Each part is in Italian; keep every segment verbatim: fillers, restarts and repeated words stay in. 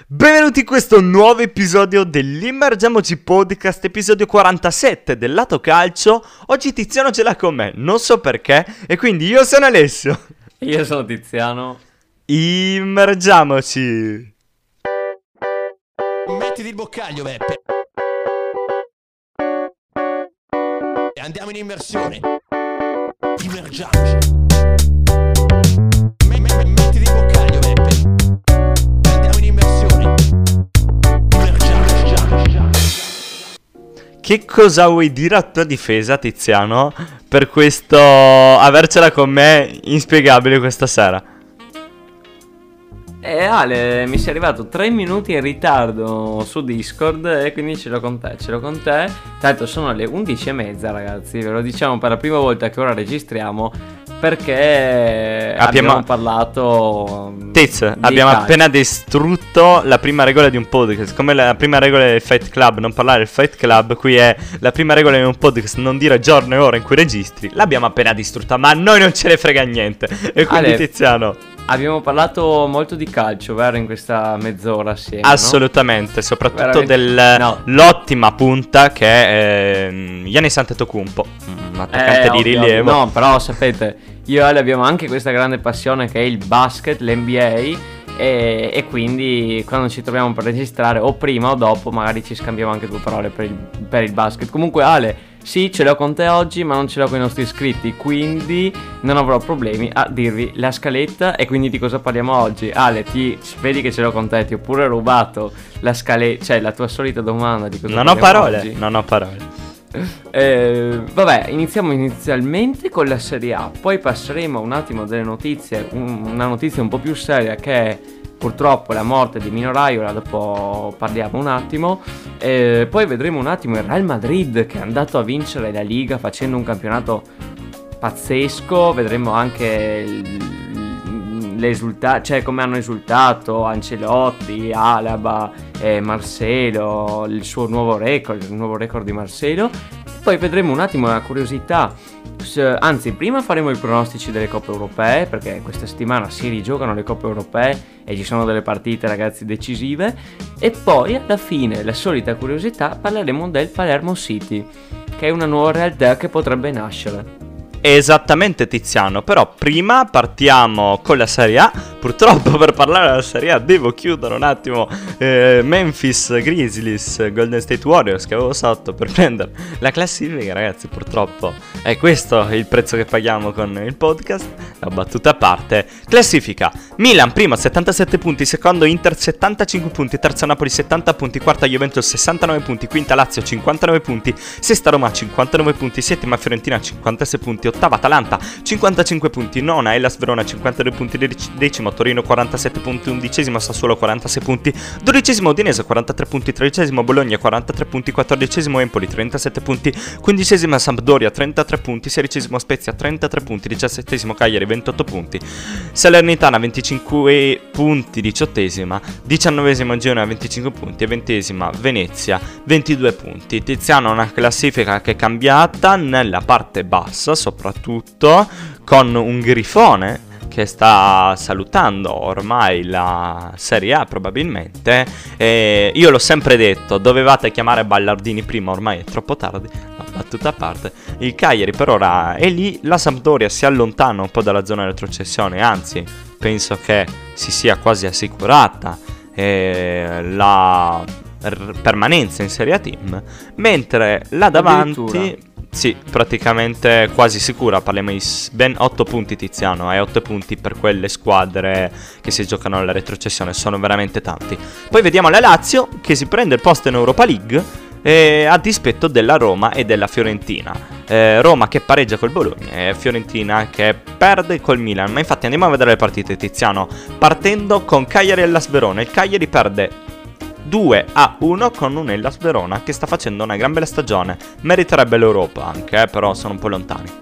Benvenuti in questo nuovo episodio dell'Immergiamoci Podcast, episodio quarantasette del lato calcio. Oggi Tiziano ce l'ha con me, non so perché, e quindi io sono Alessio. Io sono Tiziano. Immergiamoci. Mettiti il boccaglio, Beppe. E andiamo in immersione. Immergiamoci. Me- me- mettiti il boccaglio, Beppe. E andiamo in immersione. Immergiamoci. Che cosa vuoi dire a tua difesa, Tiziano, per questo avercela con me inspiegabile questa sera? E Ale, mi sei arrivato tre minuti in ritardo su Discord e quindi ce l'ho con te, ce l'ho con te. Tanto sono le undici e mezza, ragazzi, ve lo diciamo per la prima volta che ora registriamo, perché abbiamo, abbiamo parlato Tiz, abbiamo calcio. appena distrutto la prima regola di un podcast. Come la prima regola del Fight Club, non parlare del Fight Club, qui è la prima regola di un podcast, non dire giorno e ora in cui registri. L'abbiamo appena distrutta, ma a noi non ce ne frega niente. E quindi Ale, Tiziano, abbiamo parlato molto di calcio, vero, in questa mezz'ora assieme, assolutamente, no? Soprattutto dell'ottima no. punta che è eh, Giannis Antetokounmpo, un attaccante eh, di ovvio, rilievo. No, però sapete, io e Ale abbiamo anche questa grande passione che è il basket, l'N B A, e, e quindi quando ci troviamo per registrare, o prima o dopo, magari ci scambiamo anche due parole per il, per il basket. Comunque Ale, sì, ce l'ho con te oggi, ma non ce l'ho con i nostri iscritti, quindi non avrò problemi a dirvi la scaletta e quindi di cosa parliamo oggi. Ale, ti vedi che ce l'ho con te, ti ho pure rubato la scaletta, cioè la tua solita domanda di cosa non parliamo ho parole, oggi. non ho parole. Eh, vabbè, iniziamo inizialmente con la Serie A, poi passeremo un attimo delle notizie, un, una notizia un po' più seria che è purtroppo la morte di Mino Raiola, dopo parliamo un attimo, eh, poi vedremo un attimo il Real Madrid che è andato a vincere la Liga facendo un campionato pazzesco, vedremo anche l'esulta- cioè come hanno esultato Ancelotti, Alaba, eh, Marcelo, il suo nuovo record, il nuovo record di Marcelo. Poi vedremo un attimo la curiosità, anzi prima faremo i pronostici delle coppe europee, perché questa settimana si rigiocano le coppe europee e ci sono delle partite, ragazzi, decisive. E poi alla fine, la solita curiosità, parleremo del Palermo City, che è una nuova realtà che potrebbe nascere. Esattamente, Tiziano, però prima partiamo con la Serie A. Purtroppo per parlare della Serie A devo chiudere un attimo eh, Memphis Grizzlies, Golden State Warriors che avevo sotto per prendere la classifica, ragazzi. Purtroppo è questo il prezzo che paghiamo con il podcast. La battuta a parte. Classifica: Milan primo settantasette punti, secondo Inter settantacinque punti, terza Napoli settanta punti, quarta Juventus sessantanove punti, quinta Lazio cinquantanove punti, sesta Roma cinquantanove punti, settima Fiorentina cinquantasei punti, ottava Atalanta cinquantacinque punti, nona Hellas Verona cinquantadue punti, decimo Torino quarantasette punti, undicesimo Sassuolo quarantasei punti, dodicesimo Udinese quarantatré punti, tredicesimo Bologna quarantatré punti, quattordicesimo Empoli trentasette punti, quindicesimo Sampdoria trentatré punti, sedicesimo Spezia trentatré punti, diciassettesimo Cagliari ventotto punti, Salernitana venticinque punti, diciottesima, diciannovesimo Genoa venticinque punti e ventesima Venezia ventidue punti. Tiziano, una classifica che è cambiata nella parte bassa, soprattutto con un grifone che sta salutando ormai la Serie A probabilmente. E io l'ho sempre detto, dovevate chiamare Ballardini prima, ormai è troppo tardi. No, battuta a parte, il Cagliari per ora è lì, la Sampdoria si allontana un po' dalla zona di retrocessione, anzi penso che si sia quasi assicurata eh, la r- permanenza in Serie A Team, mentre là davanti sì, praticamente quasi sicura, parliamo di ben otto punti, Tiziano, e otto punti per quelle squadre che si giocano alla retrocessione sono veramente tanti. Poi vediamo la Lazio che si prende il posto in Europa League eh, a dispetto della Roma e della Fiorentina. eh, Roma che pareggia col Bologna e Fiorentina che perde col Milan. Ma infatti andiamo a vedere le partite, Tiziano, partendo con Cagliari e Hellas Verona. Il Cagliari perde due a uno con un Hellas Verona che sta facendo una gran bella stagione. Meriterebbe l'Europa anche, eh, però sono un po' lontani.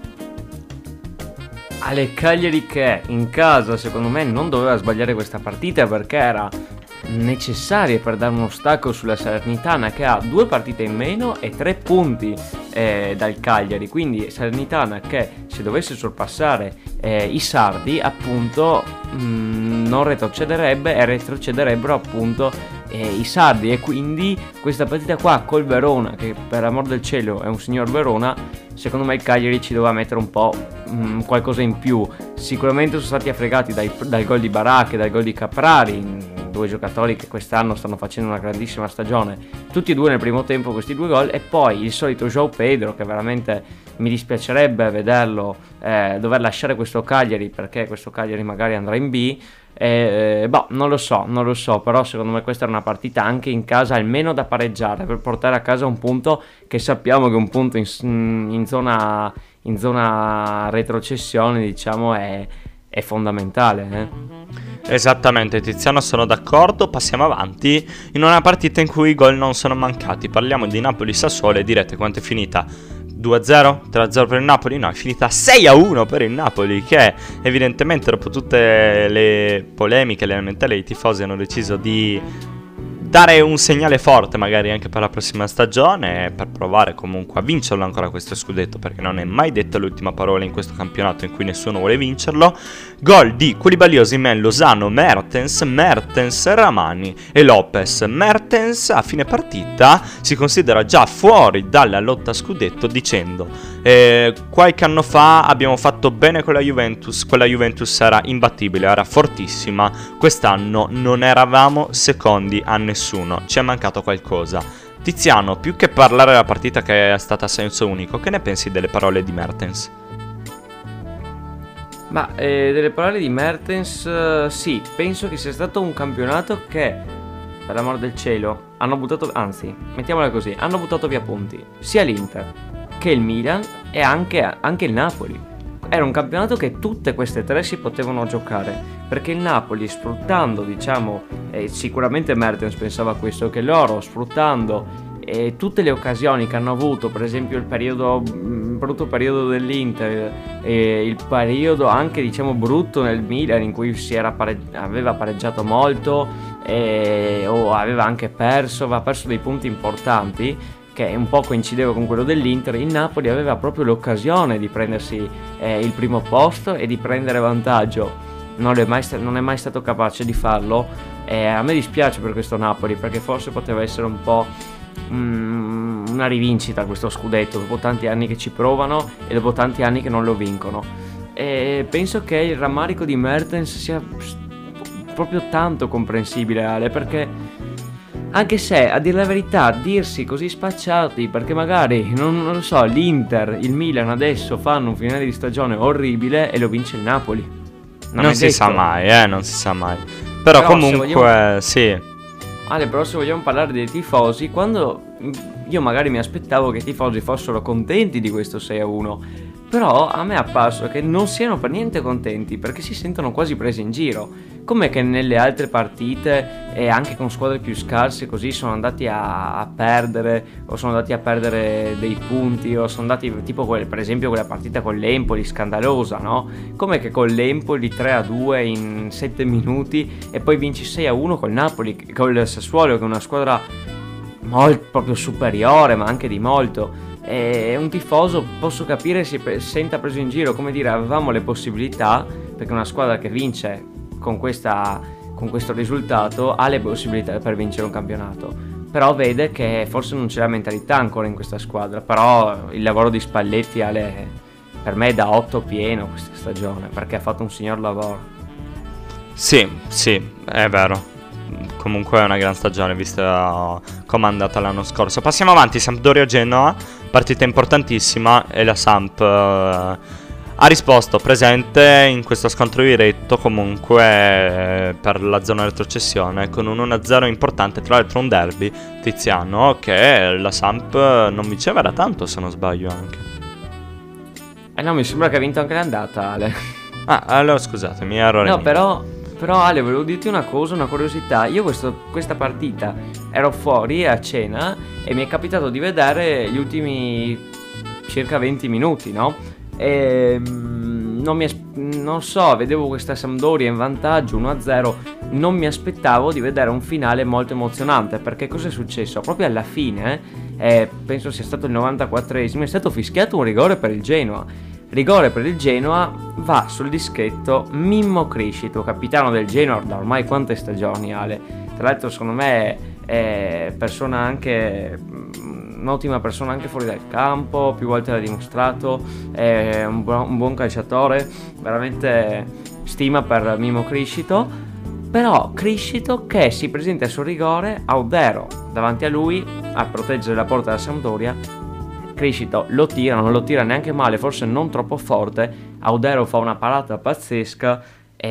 Ale, Cagliari che in casa secondo me non doveva sbagliare questa partita, perché era necessarie per dare uno stacco sulla Salernitana, che ha due partite in meno e tre punti eh, dal Cagliari. Quindi Salernitana che, se dovesse sorpassare eh, i sardi, appunto mh, non retrocederebbe e retrocederebbero appunto eh, i sardi, e quindi questa partita qua col Verona, che per amor del cielo è un signor Verona, secondo me il Cagliari ci doveva mettere un po' mh, qualcosa in più. Sicuramente sono stati affregati dai, dal gol di Baracca e dal gol di Caprari, due giocatori che quest'anno stanno facendo una grandissima stagione, tutti e due nel primo tempo questi due gol, e poi il solito João Pedro, che veramente mi dispiacerebbe vederlo eh, dover lasciare questo Cagliari, perché questo Cagliari magari andrà in B. Eh, boh, non lo so, non lo so, però secondo me questa era una partita anche in casa almeno da pareggiare, per portare a casa un punto, che sappiamo che un punto in, in zona in zona retrocessione, diciamo, è, è fondamentale, eh? Esattamente, Tiziano, sono d'accordo. Passiamo avanti in una partita in cui i gol non sono mancati. Parliamo di Napoli-Sassuolo e direte quanto è finita? due a zero? tre a zero per il Napoli? No, è finita sei a uno per il Napoli, che evidentemente dopo tutte le polemiche, le lamentele dei tifosi, hanno deciso di dare un segnale forte magari anche per la prossima stagione, per provare comunque a vincerlo ancora questo scudetto, perché non è mai detta l'ultima parola in questo campionato in cui nessuno vuole vincerlo. Gol di Koulibaly, Osimhen, Lozano, Mertens, Mertens, Ramani e Lopez. Mertens a fine partita si considera già fuori dalla lotta scudetto, dicendo eh, qualche anno fa abbiamo fatto bene con la Juventus, quella Juventus era imbattibile, era fortissima, quest'anno non eravamo secondi a nessuno, ci è mancato qualcosa. Tiziano, più che parlare della partita che è stata a senso unico, che ne pensi delle parole di Mertens? Ma eh, delle parole di Mertens, eh, sì, penso che sia stato un campionato che, per l'amor del cielo, hanno buttato, anzi, mettiamola così, hanno buttato via punti sia l'Inter che il Milan e anche, anche il Napoli. Era un campionato che tutte queste tre si potevano giocare, perché il Napoli, sfruttando, diciamo, eh, sicuramente Mertens pensava questo, che loro sfruttando e tutte le occasioni che hanno avuto, per esempio il periodo mh, brutto periodo dell'Inter e il periodo anche, diciamo, brutto nel Milan, in cui si era pareggi- aveva pareggiato molto e, o aveva anche perso, aveva perso dei punti importanti che un po' coincideva con quello dell'Inter. Il Napoli aveva proprio l'occasione di prendersi eh, il primo posto e di prendere vantaggio, non è mai, sta- non è mai stato capace di farlo, e a me dispiace per questo Napoli, perché forse poteva essere un po' una rivincita questo scudetto, dopo tanti anni che ci provano e dopo tanti anni che non lo vincono. E penso che il rammarico di Mertens sia proprio tanto comprensibile, Ale, perché anche se, a dire la verità, dirsi così spacciati, perché magari, non, non lo so, l'Inter, il Milan adesso fanno un finale di stagione orribile e lo vince il Napoli, non, non si detto. sa mai, eh, non si sa mai. Però, Però comunque, vogliamo... sì. Ale, però se vogliamo parlare dei tifosi, quando io magari mi aspettavo che i tifosi fossero contenti di questo sei a uno, però a me è apparso che non siano per niente contenti, perché si sentono quasi presi in giro, come che nelle altre partite e anche con squadre più scarse così sono andati a, a perdere, o sono andati a perdere dei punti, o sono andati tipo quel, per esempio quella partita con l'Empoli scandalosa, no? Come che con l'Empoli tre a due in sette minuti e poi vinci sei a uno col Napoli, con il Sassuolo, che è una squadra molto proprio superiore, ma anche di molto. E un tifoso, posso capire, si pre- senta preso in giro, come dire, avevamo le possibilità, perché una squadra che vince con questa con questo risultato ha le possibilità per vincere un campionato, però vede che forse non c'è la mentalità ancora in questa squadra. Però il lavoro di Spalletti, Ale, per me è da otto pieno questa stagione, perché ha fatto un signor lavoro. Sì, sì, è vero. Comunque è una gran stagione vista come è andata l'anno scorso. Passiamo avanti, Sampdoria-Genoa, partita importantissima, e la Samp eh, ha risposto presente in questo scontro diretto comunque eh, per la zona retrocessione, con un uno a zero importante, tra l'altro un derby, Tiziano, che la Samp non vinceva da tanto, se non sbaglio anche. Eh no, mi sembra che ha vinto anche l'andata, Ale. Ah, allora scusatemi, errore No, mio. però... Però Ale, volevo dirti una cosa, una curiosità. Io questo, questa partita ero fuori a cena e mi è capitato di vedere gli ultimi circa venti minuti, no? E non mi as- non so, vedevo questa Sampdoria in vantaggio uno a zero. Non mi aspettavo di vedere un finale molto emozionante, perché cosa è successo? Proprio alla fine, eh, penso sia stato il novantaquattresimo, è stato fischiato un rigore per il Genoa. rigore per il Genoa, va sul dischetto Mimmo Criscito, capitano del Genoa da ormai quante stagioni, Ale? Tra l'altro secondo me è persona anche un'ottima persona anche fuori dal campo, più volte l'ha dimostrato, è un, bu- un buon calciatore, veramente stima per Mimmo Criscito. Però Criscito che si presenta sul rigore, Audero davanti a lui a proteggere la porta della Sampdoria. Criscito lo tira, non lo tira neanche male, forse non troppo forte. Audero fa una parata pazzesca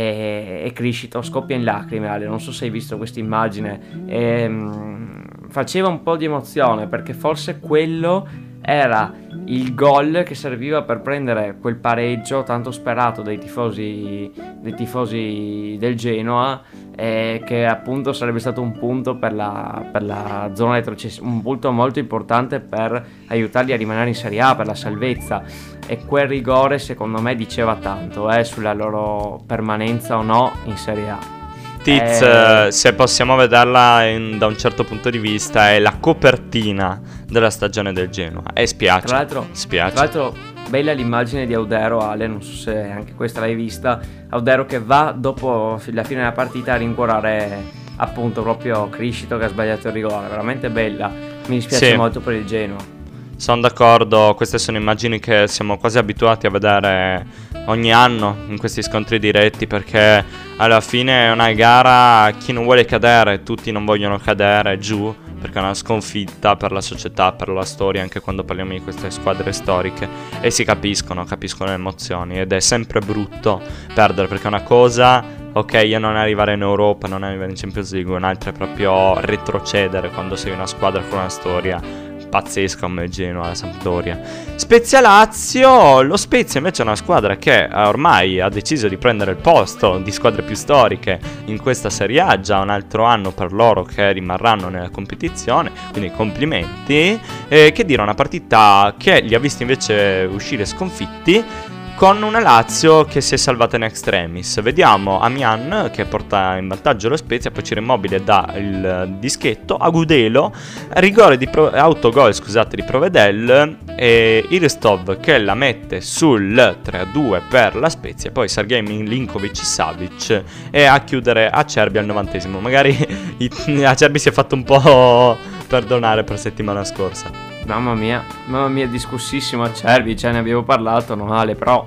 e, e Criscito scoppia in lacrime, Ale. Non so se hai visto questa immagine. E, mh, faceva un po' di emozione perché forse quello era il gol che serviva per prendere quel pareggio tanto sperato dai tifosi, dai tifosi del Genoa, eh, che appunto sarebbe stato un punto per la, per la zona retrocessione, un punto molto importante per aiutarli a rimanere in Serie A, per la salvezza, e quel rigore secondo me diceva tanto eh, sulla loro permanenza o no in Serie A. Tiz, Eh, se possiamo vederla in- da un certo punto di vista, è la copertina della stagione del Genoa. E spiace. Tra l'altro, spiace. Tra l'altro, bella l'immagine di Audero, Ale, non so se anche questa l'hai vista. Audero che va dopo la fine della partita a rincuorare appunto proprio Criscito che ha sbagliato il rigore. Veramente bella. Mi dispiace Sì. molto per il Genoa. Sono d'accordo, queste sono immagini che siamo quasi abituati a vedere ogni anno in questi scontri diretti, perché alla fine è una gara, chi non vuole cadere, tutti non vogliono cadere giù, perché è una sconfitta per la società, per la storia, anche quando parliamo di queste squadre storiche, e si capiscono, capiscono le emozioni, ed è sempre brutto perdere, perché una cosa, ok, io non arrivare in Europa, non arrivare in Champions League, un'altra è proprio retrocedere quando sei una squadra con una storia pazzesca come il Genoa, la Sampdoria. Spezia Lazio, lo Spezia invece è una squadra che ormai ha deciso di prendere il posto di squadre più storiche in questa Serie A, già un altro anno per loro che rimarranno nella competizione, quindi complimenti. Eh, che dire, una partita che li ha visti invece uscire sconfitti, con una Lazio che si è salvata in extremis. Vediamo Amian che porta in vantaggio lo Spezia, poi Ciro Immobile dà il dischetto, Agudelo, rigore di Pro- autogol scusate di Provedel, e Iristov che la mette sul tre a due per la Spezia, poi Sergej Milinkovic-Savic, e a chiudere Acerbi al novantesimo. Magari i- Acerbi si è fatto un po' perdonare per settimana scorsa. Mamma mia, mamma mia, discussissimo Acerbi, ce ne avevo parlato, no male, però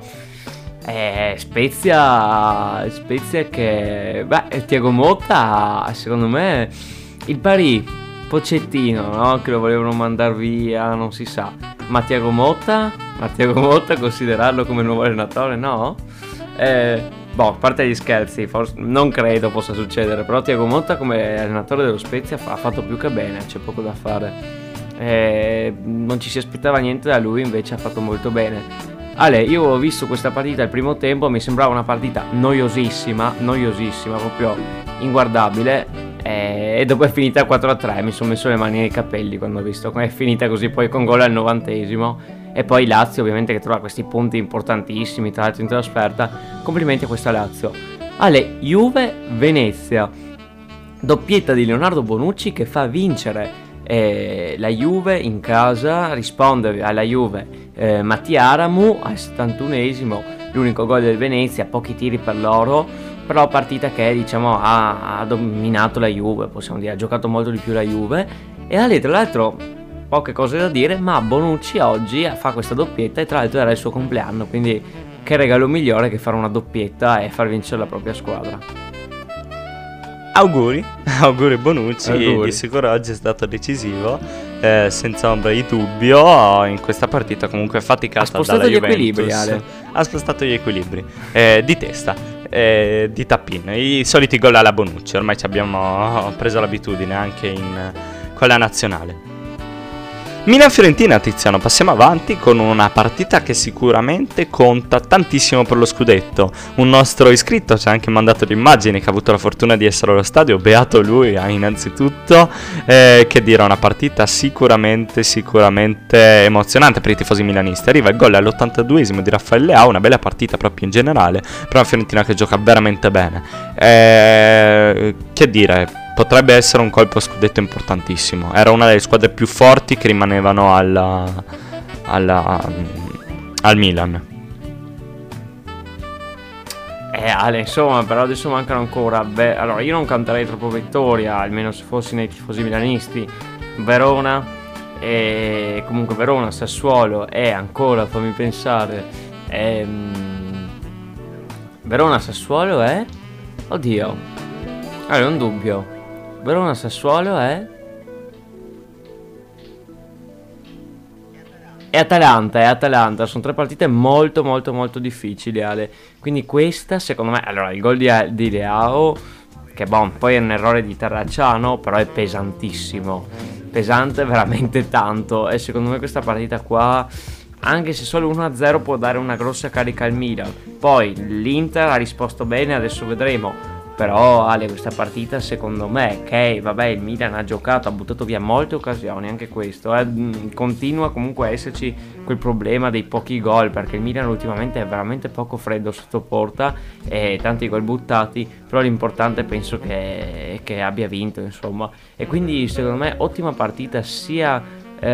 eh, Spezia, Spezia che, beh, Thiago Motta, secondo me, il Paris, Pochettino, no, che lo volevano mandare via, non si sa, ma Thiago Motta, ma Thiago Motta considerarlo come nuovo allenatore, no? Eh, boh, a parte gli scherzi, forse, non credo possa succedere, però Thiago Motta come allenatore dello Spezia fa- ha fatto più che bene, c'è poco da fare. Eh, non ci si aspettava niente da lui, invece ha fatto molto bene. Ale, io ho visto questa partita il primo tempo, mi sembrava una partita noiosissima, noiosissima, proprio inguardabile, eh, e dopo è finita quattro a tre, mi sono messo le mani nei capelli quando ho visto come è finita così, poi con gol al novantesimo, e poi Lazio ovviamente che trova questi punti importantissimi, tra l'altro in trasferta. Complimenti a questa Lazio. Ale, Juve-Venezia, doppietta di Leonardo Bonucci che fa vincere Eh, la Juve in casa, risponde alla Juve eh, Mattia Aramu al settantunesimo, l'unico gol del Venezia, pochi tiri per loro, però partita che diciamo ha, ha dominato la Juve, possiamo dire, ha giocato molto di più la Juve. E Ale, tra l'altro, poche cose da dire, ma Bonucci oggi fa questa doppietta e tra l'altro era il suo compleanno, quindi che regalo migliore che fare una doppietta e far vincere la propria squadra. Auguri, auguri Bonucci, Auguri. di sicuro oggi è stato decisivo, eh, senza ombra di dubbio, in questa partita comunque faticata Ha spostato dalla gli Juventus. equilibri, Ale. Ha spostato gli equilibri, eh, di testa, eh, di tappin, i soliti gol alla Bonucci, ormai ci abbiamo preso l'abitudine anche in, con la nazionale. Milan-Fiorentina, Tiziano, passiamo avanti con una partita che sicuramente conta tantissimo per lo scudetto. Un nostro iscritto ci ha anche mandato le immagini, che ha avuto la fortuna di essere allo stadio, beato lui eh, innanzitutto, eh, che dire, una partita sicuramente, sicuramente emozionante per i tifosi milanisti. Arriva il gol all'ottantaduesimo di Raffaele Leao, una bella partita proprio in generale, per una Fiorentina che gioca veramente bene. Eh, che dire... Potrebbe essere un colpo a scudetto importantissimo. Era una delle squadre più forti che rimanevano alla, alla, al Milan. Eh Ale, insomma, però adesso mancano ancora. Beh, allora io non canterei troppo vittoria, almeno se fossi nei tifosi milanisti. Verona, e comunque Verona, Sassuolo e ancora, fammi pensare. Ehm, Verona, Sassuolo è. Oddio. Allora, un dubbio. Verona, Sassuolo è. E Atalanta, è Atalanta, sono tre partite molto molto molto difficili, Ale. Quindi questa, secondo me, allora il gol di, di Leao, che bon, poi è un errore di Terracciano, però è pesantissimo, pesante veramente tanto. E secondo me questa partita qua, anche se solo uno a zero, può dare una grossa carica al Milan. Poi l'Inter ha risposto bene, adesso vedremo. Però Ale, questa partita secondo me, ok, vabbè, il Milan ha giocato, ha buttato via molte occasioni, anche questo, eh, continua comunque a esserci quel problema dei pochi gol, perché il Milan ultimamente è veramente poco freddo sotto porta e tanti gol buttati, però l'importante penso che, che abbia vinto, insomma. E quindi secondo me ottima partita sia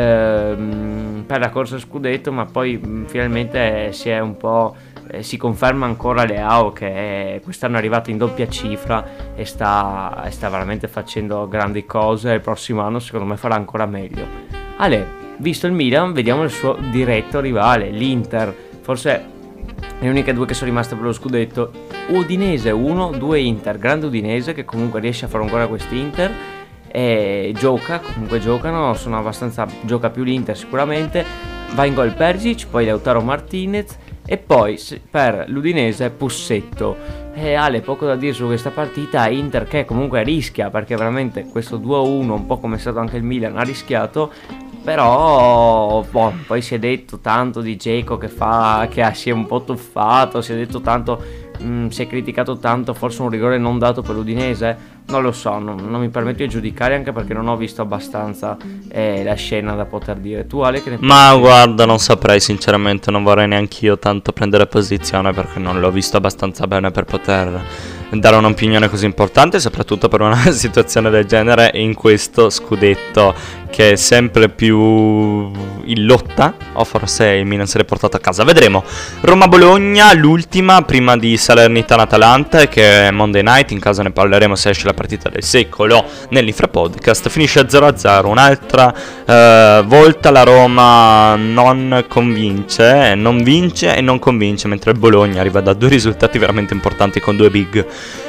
ehm, per la corsa scudetto, ma poi mh, finalmente si è un po'... Eh, si conferma ancora Leao, che è, quest'anno è arrivato in doppia cifra e sta, e sta veramente facendo grandi cose. Il prossimo anno secondo me farà ancora meglio. Ale, visto il Milan, vediamo il suo diretto rivale, l'Inter. Forse le uniche due che sono rimaste per lo scudetto. Udinese uno, due Inter. Grande Udinese che comunque riesce a fare ancora quest'Inter e gioca, comunque giocano, sono abbastanza, gioca più l'Inter sicuramente. Va in gol Perisic, poi Lautaro Martinez. E poi per l'Udinese Pussetto. E Ale, poco da dire su questa partita. Inter che comunque rischia, perché veramente questo due a uno, un po' come è stato anche il Milan, ha rischiato. Però boh, poi si è detto tanto di Dzeko che fa, che si è un po' tuffato, si è detto tanto, mh, si è criticato tanto forse un rigore non dato per l'Udinese. Non lo so, non, non mi permetto di giudicare, anche perché non ho visto abbastanza eh, la scena da poter dire. Tu Ale, che ne pensi? Ma guarda, non saprei sinceramente, non vorrei neanche io tanto prendere posizione, perché non l'ho visto abbastanza bene per poter dare un'opinione così importante, soprattutto per una situazione del genere in questo scudetto che è sempre più in lotta, o forse il Milan se l'è portato a casa, vedremo. Roma-Bologna, l'ultima prima di Salernitana-Atalanta, che è Monday Night, in caso ne parleremo se esce la partita del secolo nell'Infra Podcast. Finisce a zero a zero, un'altra eh, volta la Roma non convince, non vince e non convince, mentre il Bologna arriva da due risultati veramente importanti con due big.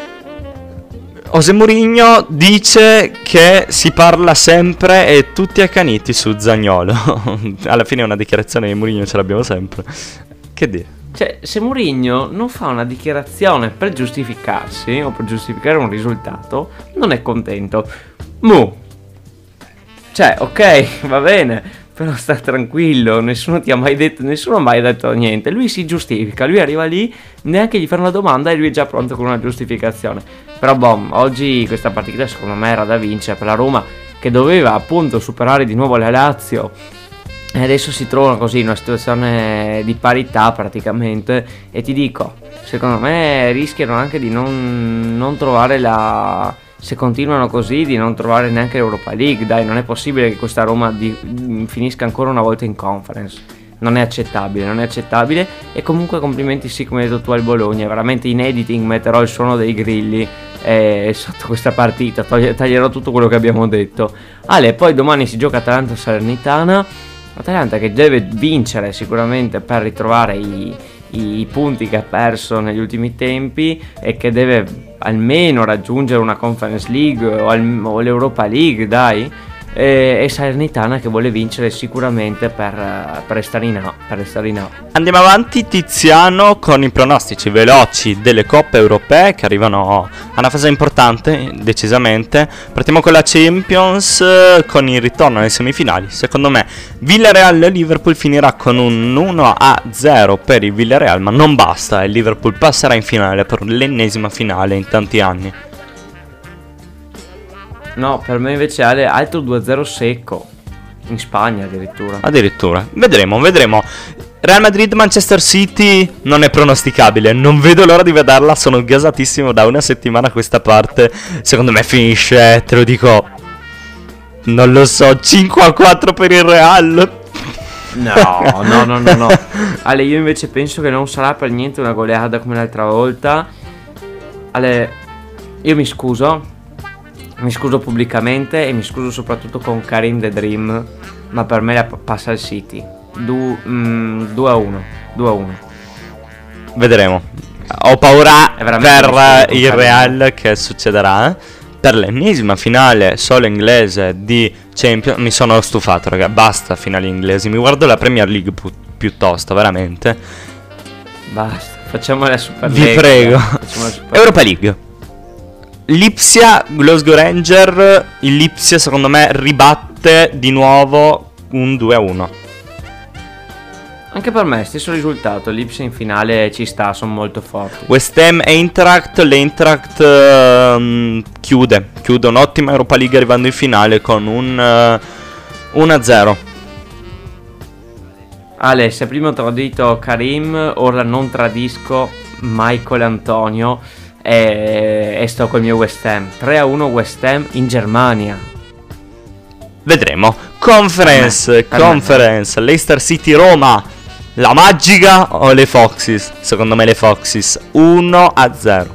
José Mourinho dice che si parla sempre e tutti accaniti su Zaniolo. Alla fine una dichiarazione di Mourinho ce l'abbiamo sempre. Che dire? Cioè, se Mourinho non fa una dichiarazione per giustificarsi o per giustificare un risultato, non è contento. Mu. Cioè, ok, va bene, però sta tranquillo, nessuno ti ha mai detto, nessuno ha mai detto niente. Lui si giustifica, lui arriva lì, neanche gli fa una domanda e lui è già pronto con una giustificazione. Però bom, oggi questa partita secondo me era da vincere per la Roma, che doveva appunto superare di nuovo la Lazio. E adesso si trovano così in una situazione di parità praticamente. E ti dico, secondo me rischiano anche di non, non trovare la... Se continuano così, di non trovare neanche l'Europa League. Dai, non è possibile che questa Roma di, finisca ancora una volta in Conference. Non è accettabile, non è accettabile. E comunque complimenti, sì, come hai detto tu, al Bologna. Veramente in editing metterò il suono dei grilli eh, sotto questa partita, togli- taglierò tutto quello che abbiamo detto. Ale, poi domani si gioca Atalanta-Salernitana. Atalanta che deve vincere sicuramente per ritrovare i, i punti che ha perso negli ultimi tempi e che deve almeno raggiungere una Conference League o, al, o l'Europa League, dai. E, e Salernitana che vuole vincere sicuramente per, per restare in A, per restare in A. Andiamo avanti, Tiziano, con i pronostici veloci delle coppe europee che arrivano a una fase importante, decisamente. Partiamo con la Champions, con il ritorno alle semifinali. Secondo me Villarreal-Liverpool finirà con un uno a zero per il Villarreal, ma non basta, il Liverpool passerà in finale per l'ennesima finale in tanti anni. No, per me invece Ale, altro due a zero secco. In Spagna addirittura. Addirittura. Vedremo, vedremo. Real Madrid-Manchester City non è pronosticabile. Non vedo l'ora di vederla. Sono gasatissimo da una settimana a questa parte. Secondo me finisce, te lo dico, non lo so, cinque a quattro per il Real. No, no, no, no, no. Ale, io invece penso che non sarà per niente una goleada come l'altra volta. Ale, io mi scuso, mi scuso pubblicamente e mi scuso soprattutto con Karim The Dream, ma per me la p- passa il City. Du- mm, due a uno. due a uno. Vedremo. Ho paura È veramente per difficile il con Real che succederà. Per l'ennesima finale solo inglese di Champions. Mi sono stufato, raga. Basta finali inglesi. Mi guardo la Premier League pu- piuttosto, veramente. Basta, facciamo la Super Vi League. prego. Facciamo la Super Europa League. Lipsia, Glasgow Ranger. Il Lipsia secondo me ribatte di nuovo un due a uno. Anche per me, stesso risultato. L'Ipsia in finale ci sta, sono molto forti. West Ham e Eintracht. L'Eintracht ehm, chiude. Chiude un'ottima Europa League arrivando in finale con un eh, uno a zero. Ale, se prima ho tradito Karim, ora non tradisco Michael Antonio e, e sto col mio West Ham. tre a uno West Ham in Germania. Vedremo. Conference, Per me, per me. conference, Leicester City Roma. La magica o le Foxes? Secondo me le Foxes. uno a zero.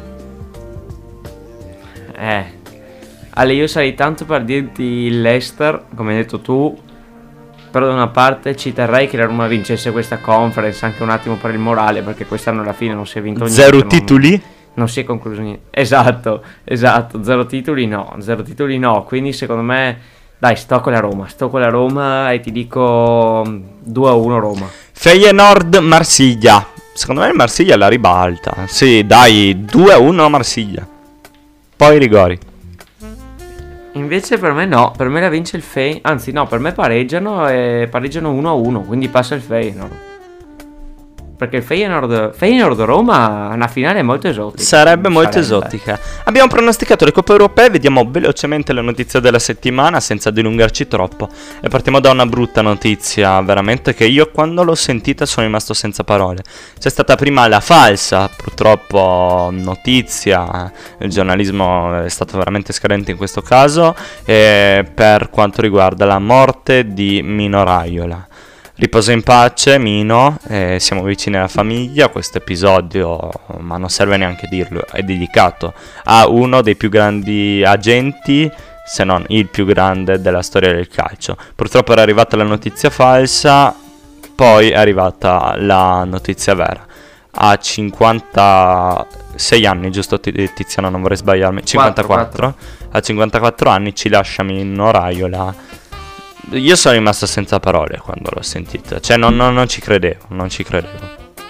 Eh. Ale, io sarei tanto per dirti il Leicester, come hai detto tu. Però da una parte ci terrei che la Roma vincesse questa conference, anche un attimo per il morale, perché quest'anno alla fine non si è vinto niente. Zero non- titoli? Non si è concluso niente. Esatto, esatto, zero titoli no, zero titoli no, quindi secondo me, dai, sto con la Roma, sto con la Roma e ti dico mm, due a uno Roma. Feyenoord Marsiglia. Secondo me il Marsiglia la ribalta. Sì, dai, due a uno Marsiglia. Poi i rigori. Invece per me no, per me la vince il Fey, anzi no, per me pareggiano e pareggiano uno a uno, quindi passa il Feyenoord. Perché il Feyenoord, Feyenoord Roma, una finale molto esotica. Sarebbe molto Sarebbe. esotica. Abbiamo pronosticato le coppe europee. Vediamo velocemente le notizie della settimana senza dilungarci troppo. E partiamo da una brutta notizia, veramente, che io quando l'ho sentita sono rimasto senza parole. C'è stata prima la falsa, purtroppo, notizia. Il giornalismo è stato veramente scadente in questo caso. E per quanto riguarda la morte di Mino Raiola. Riposa in pace Mino, eh, siamo vicini alla famiglia. Questo episodio, ma non serve neanche dirlo, è dedicato a uno dei più grandi agenti, se non il più grande della storia del calcio. Purtroppo era arrivata la notizia falsa, poi è arrivata la notizia vera. A cinquantasei anni, giusto Tiziano, non vorrei sbagliarmi, cinquantaquattro, a cinquantaquattro anni ci lascia Mino Raiola. Io sono rimasto senza parole quando l'ho sentita. Cioè non, non, non ci credevo, non ci credevo.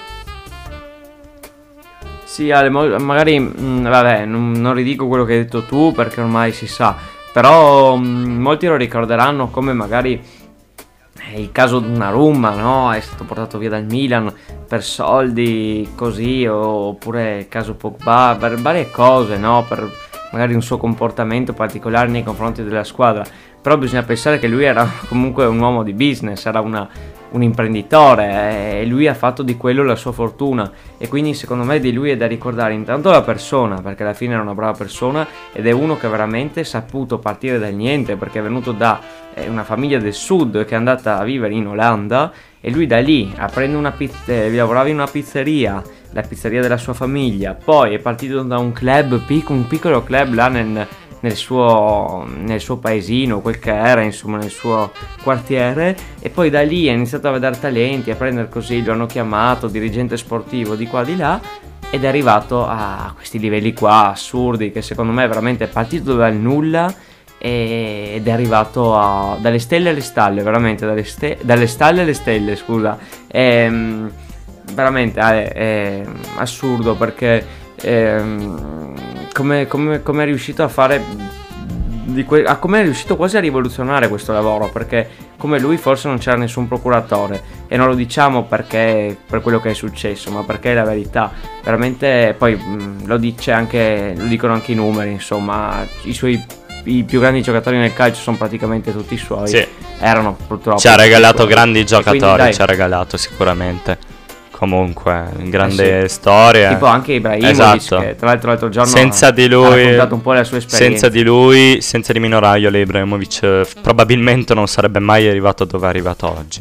Sì, Ale, mo- magari, mh, vabbè, non, non ridico quello che hai detto tu perché ormai si sa, però mh, molti lo ricorderanno come magari eh, il caso Donnarumma, no? È stato portato via dal Milan per soldi così, o- oppure il caso Pogba, per varie cose, no? Per magari un suo comportamento particolare nei confronti della squadra. Però bisogna pensare che lui era comunque un uomo di business, era una, un imprenditore, eh, e lui ha fatto di quello la sua fortuna, e quindi secondo me di lui è da ricordare intanto la persona, perché alla fine era una brava persona ed è uno che veramente ha saputo partire dal niente, perché è venuto da eh, una famiglia del sud che è andata a vivere in Olanda, e lui da lì, aprendo una pizz- eh, lavorava in una pizzeria, la pizzeria della sua famiglia, poi è partito da un club, pic- un piccolo club là nel... Nel suo, nel suo paesino, quel che era, insomma, nel suo quartiere, e poi da lì ha iniziato a vedere talenti, a prendere così, lo hanno chiamato dirigente sportivo di qua di là, ed è arrivato a questi livelli qua assurdi, che secondo me veramente è partito dal nulla e- ed è arrivato a, dalle stelle alle stalle, veramente dalle, ste- dalle stalle alle stelle, scusa. Ehm, veramente è, è assurdo, perché ehm, come, come, come è riuscito a fare di que- a come è riuscito quasi a rivoluzionare questo lavoro, perché come lui forse non c'era nessun procuratore, e non lo diciamo perché per quello che è successo, ma perché è la verità. Veramente, poi mh, lo dice anche, lo dicono anche i numeri, insomma, i suoi i più grandi giocatori nel calcio sono praticamente tutti i suoi. Sì. Erano purtroppo Ci ha regalato tutti i suoi. grandi E quindi, giocatori, dai, ci ha regalato sicuramente. Comunque, grande Eh sì. storia. tipo anche Ibrahimovic, Esatto. che tra l'altro l'altro giorno Senza ha, di ha lui, raccontato un po' la sua esperienza. senza di lui, senza di Mino Raiola, Ibrahimovic eh, probabilmente non sarebbe mai arrivato dove è arrivato oggi.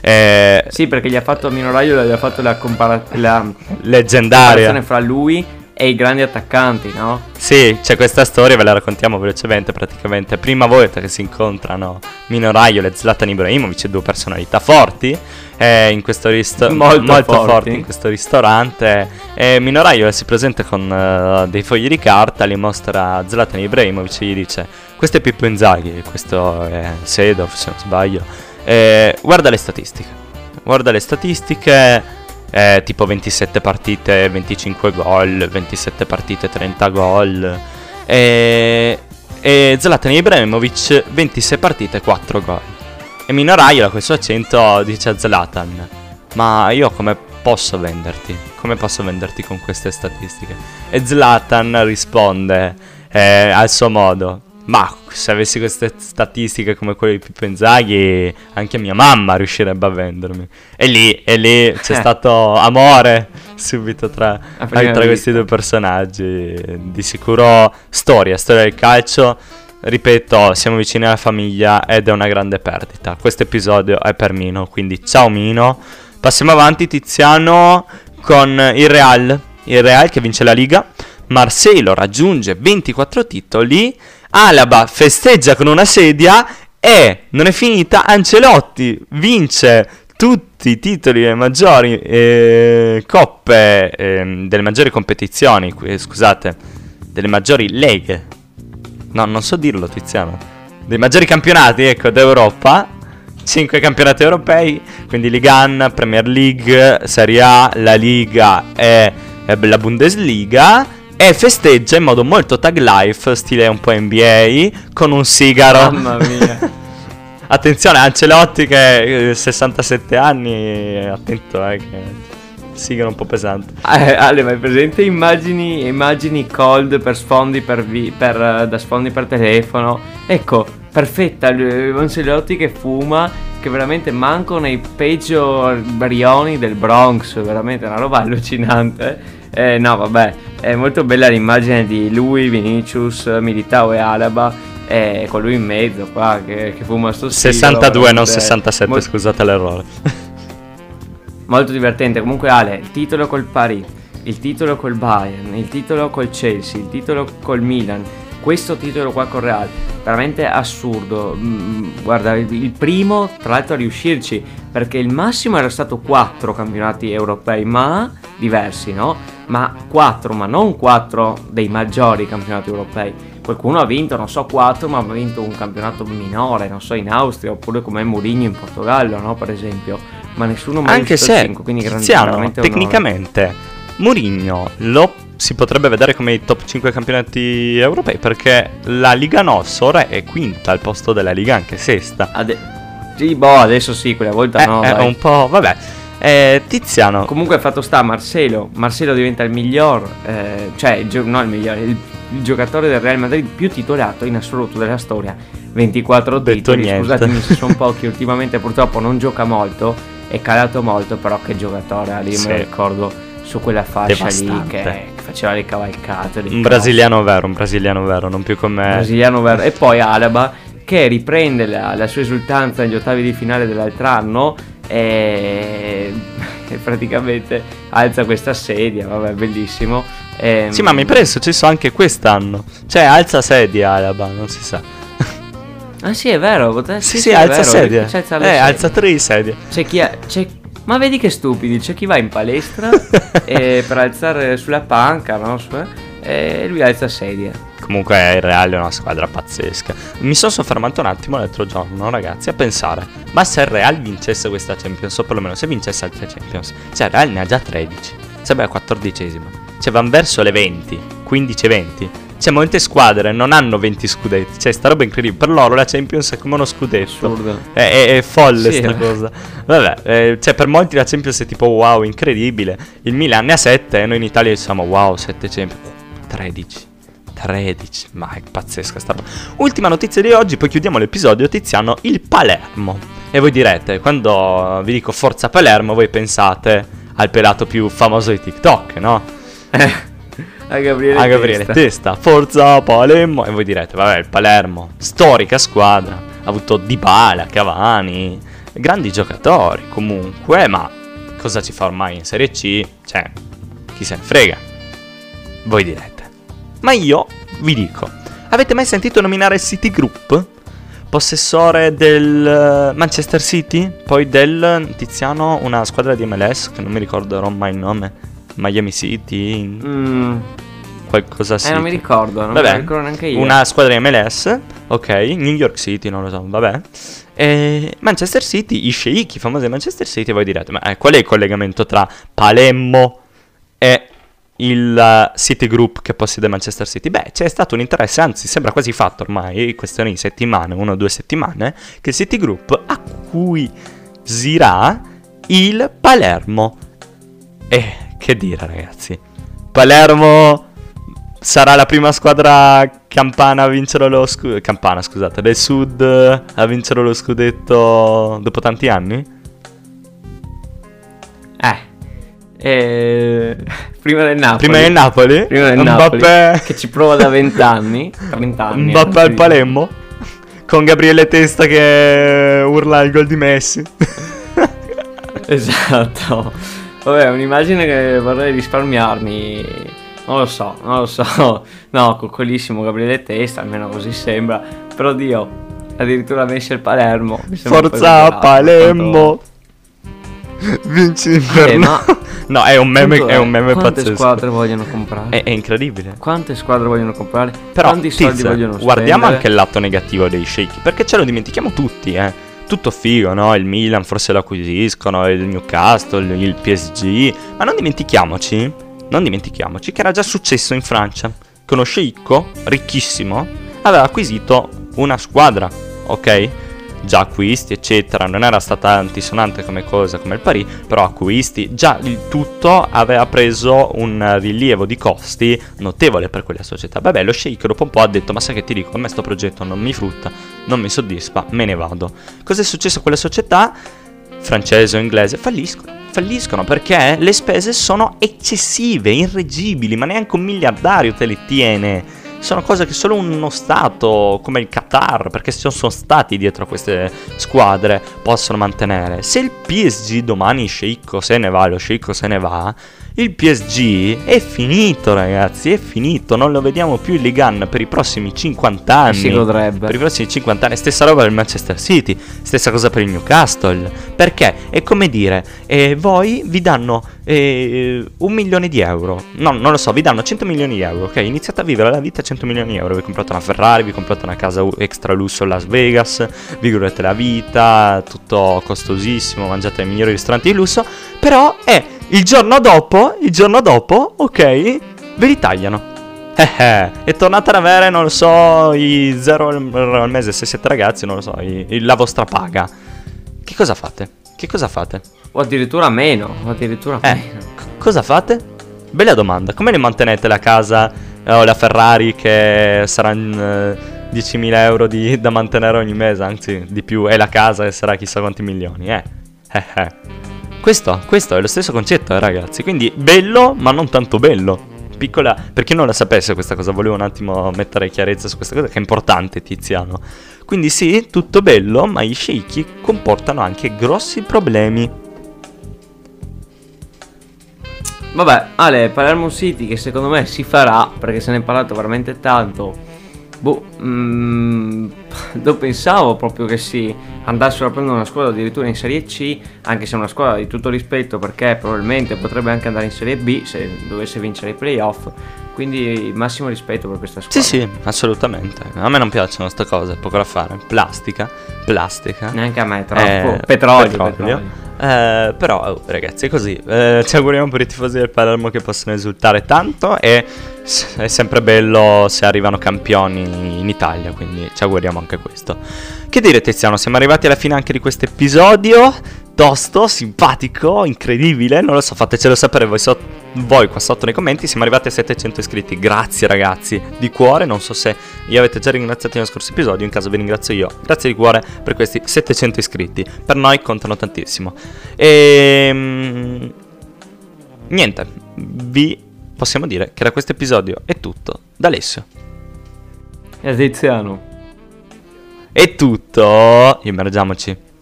Eh, Sì, perché gli ha fatto Mino Raiola, gli ha fatto la, compara- la leggendaria. comparazione fra lui e i grandi attaccanti, no? Sì, c'è questa storia, ve la raccontiamo velocemente. Praticamente prima volta che si incontrano Mino Raiola e Zlatan Ibrahimovic, due personalità forti, eh, in questo risto- Molto molto forti. forti in questo ristorante, e Mino Raiola si presenta con eh, dei fogli di carta, li mostra a Zlatan Ibrahimovic e gli dice: questo è Pippo Inzaghi, questo è Seedorf se non sbaglio, eh, guarda le statistiche, guarda le statistiche. Eh, tipo ventisette partite, venticinque gol, ventisette partite, trenta gol. E, e Zlatan Ibrahimovic, ventisei partite, quattro gol. E Mino Raiola, con il suo accento, dice a Zlatan: ma io come posso venderti? Come posso venderti con queste statistiche? E Zlatan risponde eh, al suo modo: ma se avessi queste statistiche come quelle di Pippo Inzaghi, anche mia mamma riuscirebbe a vendermi. E lì, e lì c'è Eh. stato amore subito tra, A prima tra questi vista. due personaggi. Di sicuro storia, storia del calcio. Ripeto, siamo vicini alla famiglia ed è una grande perdita. Questo episodio è per Mino, quindi ciao Mino. Passiamo avanti, Tiziano, con il Real. Il Real che vince la Liga. Marcelo raggiunge ventiquattro titoli. Alaba festeggia con una sedia e non è finita, Ancelotti vince tutti i titoli delle maggiori eh, coppe, eh, delle maggiori competizioni, eh, scusate, delle maggiori leghe. No, non so dirlo, Tiziano. Dei maggiori campionati, ecco, d'Europa. cinque campionati europei, quindi Liga uno, Premier League, Serie A, la Liga e, e la Bundesliga. E festeggia in modo molto tag life, stile un po' N B A, con un sigaro. Mamma mia. Attenzione, Ancelotti che ha sessantasette anni, attento eh, che sigaro un po' pesante. Eh, Ale, ma hai presente immagini, immagini cold per sfondi per vi- per, eh, da sfondi per telefono? Ecco, perfetta, l- Ancelotti che fuma, che veramente manco nei peggio brioni del Bronx, veramente una roba allucinante. Eh, no, vabbè, è molto bella l'immagine di lui, Vinicius, Militao e Alaba, eh, con lui in mezzo qua che, che fuma sto sigaro, sessantadue, non veramente sessantasette, mol- scusate l'errore. Molto divertente. Comunque Ale, il titolo col Paris, il titolo col Bayern, il titolo col Chelsea, il titolo col Milan, questo titolo qua col Real, veramente assurdo. Mm, guarda, il il primo tra l'altro a riuscirci, perché il massimo era stato quattro campionati europei, ma diversi, no? Ma quattro, ma non quattro dei maggiori campionati europei. Qualcuno ha vinto, non so, quattro, ma ha vinto un campionato minore, non so, in Austria, oppure come Mourinho in Portogallo, no? Per esempio. Ma nessuno mai Anche riuscito al se, cinque, quindi grandi- Tiziano, veramente onore. tecnicamente Mourinho lo si potrebbe vedere come i top cinque campionati europei, perché la Liga Nossor è quinta al posto della Liga, anche sesta. Ade- sì, boh, adesso sì, quella volta Eh, no. è dai. un po', vabbè. Eh, Tiziano, Comunque fatto sta Marcelo. Marcelo diventa il miglior, eh, cioè il gio- no il migliore, il, il giocatore del Real Madrid più titolato in assoluto della storia. ventiquattro Detto titoli. niente. Scusatemi se sono pochi, ultimamente purtroppo non gioca molto, è calato molto, però che giocatore, lì Sì. me lo ricordo su quella fascia lì Devastante. che, che faceva le cavalcate. le un cose. brasiliano vero, un brasiliano vero, non più come... Brasiliano vero. E poi Alaba che riprende la, la sua esultanza negli ottavi di finale dell'altro anno e, e praticamente alza questa sedia, vabbè, bellissimo. E, Sì, ma mi pare è successo anche quest'anno. Cioè, alza sedia Alaba, non si sa. Ah sì, è vero, pote- Sì, sì, sì, è alza vero, sedia. c'è alza Eh, le sedie. alza tre sedie. C'è chi ha, c'è- ma vedi che stupidi, c'è chi va in palestra e per alzare sulla panca, no? Su- E lui alza sedia. Comunque il Real è una squadra pazzesca. Mi sono soffermato un attimo l'altro giorno, ragazzi, a pensare: ma se il Real vincesse questa Champions, o perlomeno se vincesse altre Champions, cioè il Real ne ha già tredici, sarebbe al quattordicesima, cioè van verso le venti, quindici venti. Cioè molte squadre non hanno venti scudetti, cioè sta roba incredibile. Per loro la Champions è come uno scudetto. Assurdo. È, è- è folle Sì, sta eh. cosa. Vabbè, eh, cioè per molti la Champions è tipo wow, incredibile. Il Milan ne ha sette e noi in Italia diciamo wow, sette Champions. tredici. tredici. Ma è pazzesca sta roba. Ultima notizia di oggi, poi chiudiamo l'episodio, Tiziano, il Palermo. E voi direte, quando vi dico Forza Palermo, voi pensate al pelato più famoso di TikTok, no? A Gabriele, A Gabriele Testa. Testa, Forza Palermo. E voi direte, vabbè, il Palermo, storica squadra, ha avuto Dybala, Cavani, grandi giocatori comunque, ma cosa ci fa ormai in Serie C? Cioè, chi se ne frega. Voi direte. Ma io vi dico, avete mai sentito nominare il Citigroup? Possessore del Manchester City, poi del Tiziano, una squadra di M L S che non mi ricorderò mai il nome, Miami City, Mm, qualcosa eh, City. non mi ricordo, non Vabbè, mi ricordo neanche io. una squadra di M L S, ok, New York City, non lo so, vabbè. E Manchester City, i sceicchi famosi di Manchester City, voi direte, ma eh, qual è il collegamento tra Palermo e il uh, Citigroup che possiede Manchester City? Beh, c'è stato un interesse, anzi sembra quasi fatto ormai, questione di settimane, una o due settimane, che il Citigroup acquisirà il Palermo. E che dire, ragazzi, Palermo sarà la prima squadra campana a vincere lo scudetto, campana scusate, del sud a vincere lo scudetto dopo tanti anni? Eh. Eh, prima del Napoli. Prima del Napoli? Prima del Mbappé. Napoli. Che ci prova da vent'anni. trent'anni. Mbappé al anzi. Palermo? Con Gabriele Testa che urla il gol di Messi. Esatto. Vabbè, un'immagine che vorrei risparmiarmi. Non lo so, non lo so. No, coccolissimo Gabriele Testa, almeno così sembra. Però Dio, addirittura Messi al Palermo. Mi sembra un po' Forza esagerato, Palermo. quanto- Vinci Eh, l'inferno. ma No, è un meme, quanto è un meme quante pazzesco. squadre vogliono comprare? È, è incredibile. Quante squadre vogliono comprare? Però, Quanti soldi Tiz, vogliono guardiamo spendere? anche il lato negativo dei sceicchi, perché ce lo dimentichiamo tutti, eh. Tutto figo, no? Il Milan forse lo acquisiscono, il Newcastle, il P S G. Ma non dimentichiamoci, non dimentichiamoci che era già successo in Francia, che uno sceicco ricchissimo aveva acquisito una squadra, ok? Già acquisti, eccetera, non era stata antisonante come cosa, come il Paris, però acquisti, già il tutto aveva preso un rilievo di costi notevole per quella società. Vabbè, lo sceicco dopo un po' ha detto, ma sai che ti dico, a me sto progetto non mi frutta, non mi soddisfa, me ne vado. Cos'è successo a quelle società? Francese o inglese, falliscono, falliscono perché le spese sono eccessive, irreggibili, ma neanche un miliardario te le tiene. Sono cose che solo uno stato come il Qatar, perché ci sono stati dietro a queste squadre, possono mantenere. Se il P S G domani sceicco se ne va, lo sceicco se ne va, il P S G è finito, ragazzi, è finito, non lo vediamo più in Ligue uno per i prossimi cinquanta anni. Si godrebbe. Per i prossimi cinquanta anni, stessa roba del Manchester City, stessa cosa per il Newcastle. Perché è come dire, eh, voi vi danno eh, un milione di euro, no, non lo so, vi danno cento milioni di euro, ok? Iniziate a vivere la vita a cento milioni di euro, vi comprate una Ferrari, vi comprate una casa extra lusso a Las Vegas, vi godete la vita, tutto costosissimo, mangiate nei migliori ristoranti di lusso, però è il giorno dopo, il giorno dopo, ok, ve li tagliano. Eh eh, e tornate ad avere, non lo so, i zero al, al mese se siete ragazzi, non lo so, i, i- la vostra paga. Che cosa fate? Che cosa fate? O addirittura meno, o addirittura Eh, meno. c- cosa fate? Bella domanda. Come ne mantenete la casa eh, o la Ferrari che saranno eh, diecimila euro di- da mantenere ogni mese, anzi di più, e la casa che sarà chissà quanti milioni, eh? Eh eh. Questo, questo è lo stesso concetto, eh, ragazzi. Quindi bello, ma non tanto bello. Piccola, per chi non la sapesse questa cosa, volevo un attimo mettere chiarezza su questa cosa che è importante, Tiziano. Quindi sì, tutto bello, ma i sceicchi comportano anche grossi problemi. Vabbè, Ale, Palermo City che secondo me si farà, perché se ne è parlato veramente tanto. Boh, mm, lo pensavo proprio che si andassero a prendere una squadra addirittura in Serie C, anche se è una squadra di tutto rispetto, perché probabilmente potrebbe anche andare in Serie B se dovesse vincere i playoff. Quindi massimo rispetto per questa squadra. Sì, sì, assolutamente. A me non piacciono queste cose, poco da fare. Plastica, plastica. Neanche a me, è troppo. Eh, petrolio, petrolio. petrolio. Eh, però, oh, ragazzi, è così. Eh, ci auguriamo per i tifosi del Palermo che possano esultare tanto. E s- è sempre bello se arrivano campioni in Italia. Quindi ci auguriamo anche questo. Che dire, Tiziano? Siamo arrivati alla fine anche di questo episodio. Tosto, simpatico, incredibile. Non lo so, fatecelo sapere voi, so- voi qua sotto nei commenti. Siamo arrivati a settecento iscritti. Grazie, ragazzi, di cuore. Non so se io avete già ringraziato nello scorso episodio. In caso vi ringrazio io. Grazie di cuore per questi settecento iscritti. Per noi contano tantissimo. E niente, vi possiamo dire che da questo episodio è tutto. Da Alessio E Tiziano. è tutto. Immergiamoci.